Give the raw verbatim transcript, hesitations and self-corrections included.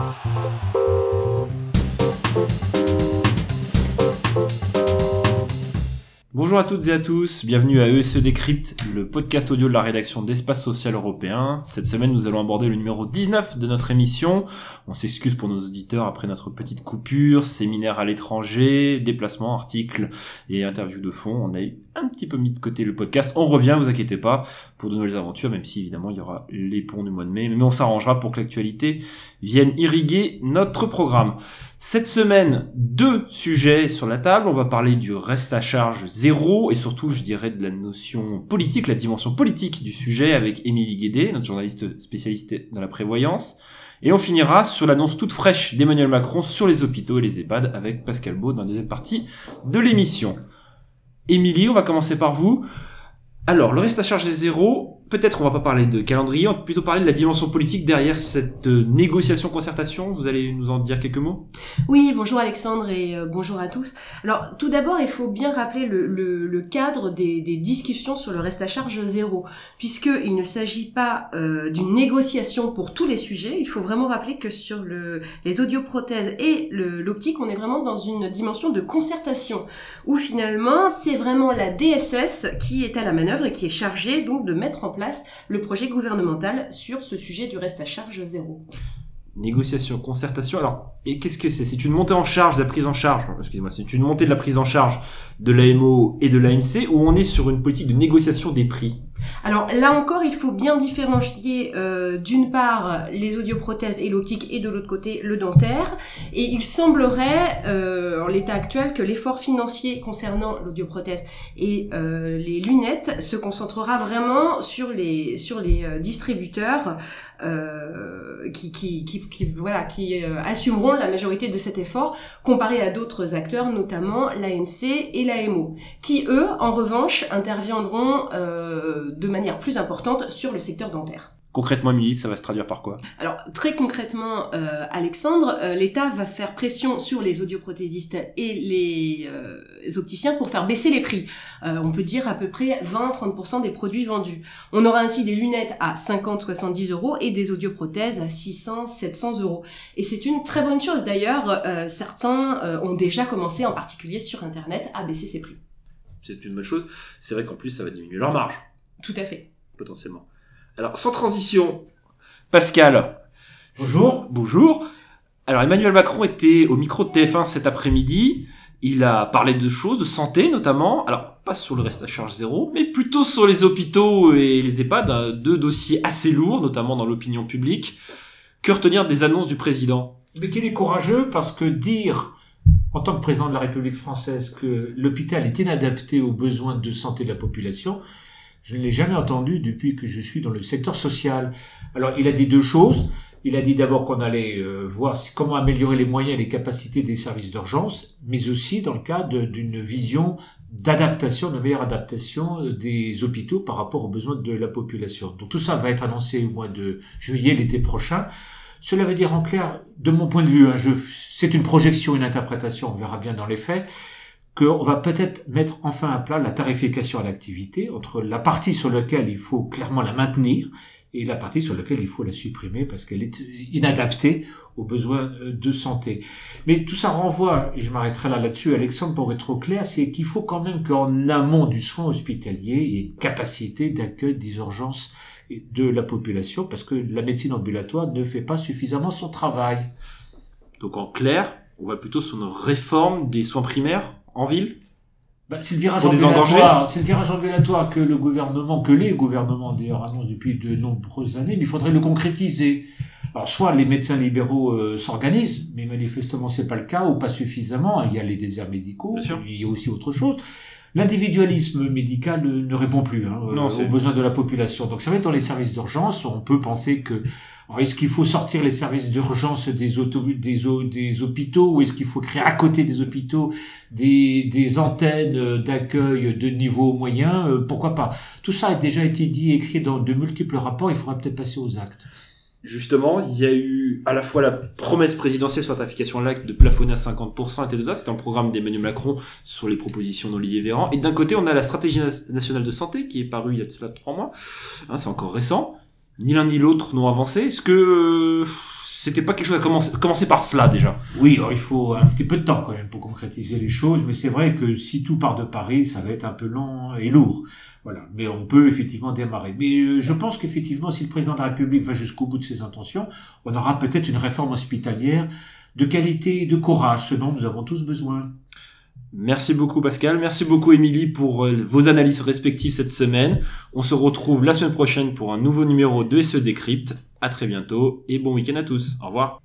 Bonjour à toutes et à tous, bienvenue à E S E Décrypte, le podcast audio de la rédaction d'Espace Social Européen. Cette semaine, nous allons aborder le numéro dix-neuf de notre émission. On s'excuse pour nos auditeurs après notre petite coupure, séminaire à l'étranger, déplacements, articles et interviews de fond. On a un petit peu mis de côté le podcast. On revient, vous inquiétez pas, pour de nouvelles aventures, même si évidemment il y aura les ponts du mois de mai. Mais on s'arrangera pour que l'actualité vienne irriguer notre programme. Cette semaine, deux sujets sur la table. On va parler du reste à charge zéro et surtout, je dirais, de la notion politique, la dimension politique du sujet avec Émilie Guédé, notre journaliste spécialiste dans la prévoyance. Et on finira sur l'annonce toute fraîche d'Emmanuel Macron sur les hôpitaux et les EHPAD avec Pascal Beau dans la deuxième partie de l'émission. Émilie, on va commencer par vous. Alors, le reste à charge zéro, peut-être on va pas parler de calendrier, on va plutôt parler de la dimension politique derrière cette euh, négociation-concertation. Vous allez nous en dire quelques mots ? Oui, bonjour Alexandre et euh, bonjour à tous. Alors, tout d'abord, il faut bien rappeler le, le, le cadre des, des discussions sur le reste à charge zéro, puisqu'il ne s'agit pas euh, d'une négociation pour tous les sujets. Il faut vraiment rappeler que sur le, les audioprothèses et le, l'optique, on est vraiment dans une dimension de concertation, où finalement, c'est vraiment la D S S qui est à la manœuvre et qui est chargée donc de mettre en place le projet gouvernemental sur ce sujet du reste à charge zéro. Négociation, concertation. Alors, et qu'est-ce que c'est ? C'est une montée en charge de la prise en charge, excusez-moi, c'est une montée de la prise en charge de l'A M O et de l'A M C, où on est sur une politique de négociation des prix ? Alors là encore, il faut bien différencier euh, d'une part les audioprothèses et l'optique et de l'autre côté le dentaire. Et il semblerait, euh, en l'état actuel, que l'effort financier concernant l'audioprothèse et euh, les lunettes se concentrera vraiment sur les sur les euh, distributeurs euh, qui qui qui, qui voilà qui euh, assumeront la majorité de cet effort, comparé à d'autres acteurs, notamment l'A M C et l'A M O, qui eux, en revanche, interviendront euh, de manière plus importante sur le secteur dentaire. Concrètement, Émilie, ça va se traduire par quoi ? Alors, très concrètement, euh, Alexandre, euh, l'État va faire pression sur les audioprothésistes et les, euh, les opticiens pour faire baisser les prix. Euh, on peut dire à peu près vingt à trente pour cent des produits vendus. On aura ainsi des lunettes à cinquante à soixante-dix euros et des audioprothèses à six cents à sept cents euros. Et c'est une très bonne chose. D'ailleurs, euh, certains euh, ont déjà commencé, en particulier sur Internet, à baisser ces prix. C'est une bonne chose. C'est vrai qu'en plus, ça va diminuer leur marge. Tout à fait. Potentiellement. Alors, sans transition, Pascal. Bonjour. Bonjour. Alors, Emmanuel Macron était au micro de T F un cet après-midi. Il a parlé de choses, de santé notamment. Alors, pas sur le reste à charge zéro, mais plutôt sur les hôpitaux et les EHPAD. Deux dossiers assez lourds, notamment dans l'opinion publique. Que retenir des annonces du président ? Mais qu'il est courageux, parce que dire, en tant que président de la République française, que l'hôpital est inadapté aux besoins de santé de la population, je ne l'ai jamais entendu depuis que je suis dans le secteur social. Alors, il a dit deux choses. Il a dit d'abord qu'on allait euh, voir comment améliorer les moyens et les capacités des services d'urgence, mais aussi dans le cadre d'une vision d'adaptation, de meilleure adaptation des hôpitaux par rapport aux besoins de la population. Donc tout ça va être annoncé au mois de juillet, l'été prochain. Cela veut dire en clair, de mon point de vue, hein, je, c'est une projection, une interprétation, on verra bien dans les faits, qu'on va peut-être mettre enfin à plat la tarification à l'activité entre la partie sur laquelle il faut clairement la maintenir et la partie sur laquelle il faut la supprimer parce qu'elle est inadaptée aux besoins de santé. Mais tout ça renvoie, et je m'arrêterai là là-dessus, Alexandre, pour être trop clair, c'est qu'il faut quand même qu'en amont du soin hospitalier, il y ait une capacité d'accueil des urgences de la population parce que la médecine ambulatoire ne fait pas suffisamment son travail. Donc en clair, on va plutôt sur une réforme des soins primaires en ville ? Ben, c'est le virage ambulatoire, c'est le virage ambulatoire que le gouvernement, que les gouvernements d'ailleurs annoncent depuis de nombreuses années, mais il faudrait le concrétiser. Alors soit les médecins libéraux euh, s'organisent, mais manifestement c'est pas le cas ou pas suffisamment. Il y a les déserts médicaux, il y a aussi autre chose. L'individualisme médical ne répond plus hein, non, aux besoins de la population. Donc ça va être dans les services d'urgence. On peut penser que alors, est-ce qu'il faut sortir les services d'urgence des, auto, des, des hôpitaux ou est-ce qu'il faut créer à côté des hôpitaux des, des antennes d'accueil de niveau moyen euh, Pourquoi pas ? Tout ça a déjà été dit et écrit dans de multiples rapports. Il faudra peut-être passer aux actes. Justement, il y a eu à la fois la promesse présidentielle sur la tarification à l'acte de plafonner à cinquante pour cent et T deux A, c'était un programme d'Emmanuel Macron sur les propositions d'Olivier Véran. Et d'un côté, on a la stratégie nationale de santé qui est parue il y a de cela trois mois. Hein, c'est encore récent. Ni l'un ni l'autre n'ont avancé. Est-ce que c'était pas quelque chose à commencer, commencer par cela déjà. Oui, alors il faut un petit peu de temps quand même pour concrétiser les choses, mais c'est vrai que si tout part de Paris, ça va être un peu long et lourd. Voilà, mais on peut effectivement démarrer. Mais euh, je pense qu'effectivement, si le président de la République va jusqu'au bout de ses intentions, on aura peut-être une réforme hospitalière de qualité et de courage, ce dont nous avons tous besoin. Merci beaucoup Pascal, merci beaucoup Émilie pour euh, vos analyses respectives cette semaine. On se retrouve la semaine prochaine pour un nouveau numéro de S E Décrypte. À très bientôt et bon week-end à tous. Au revoir.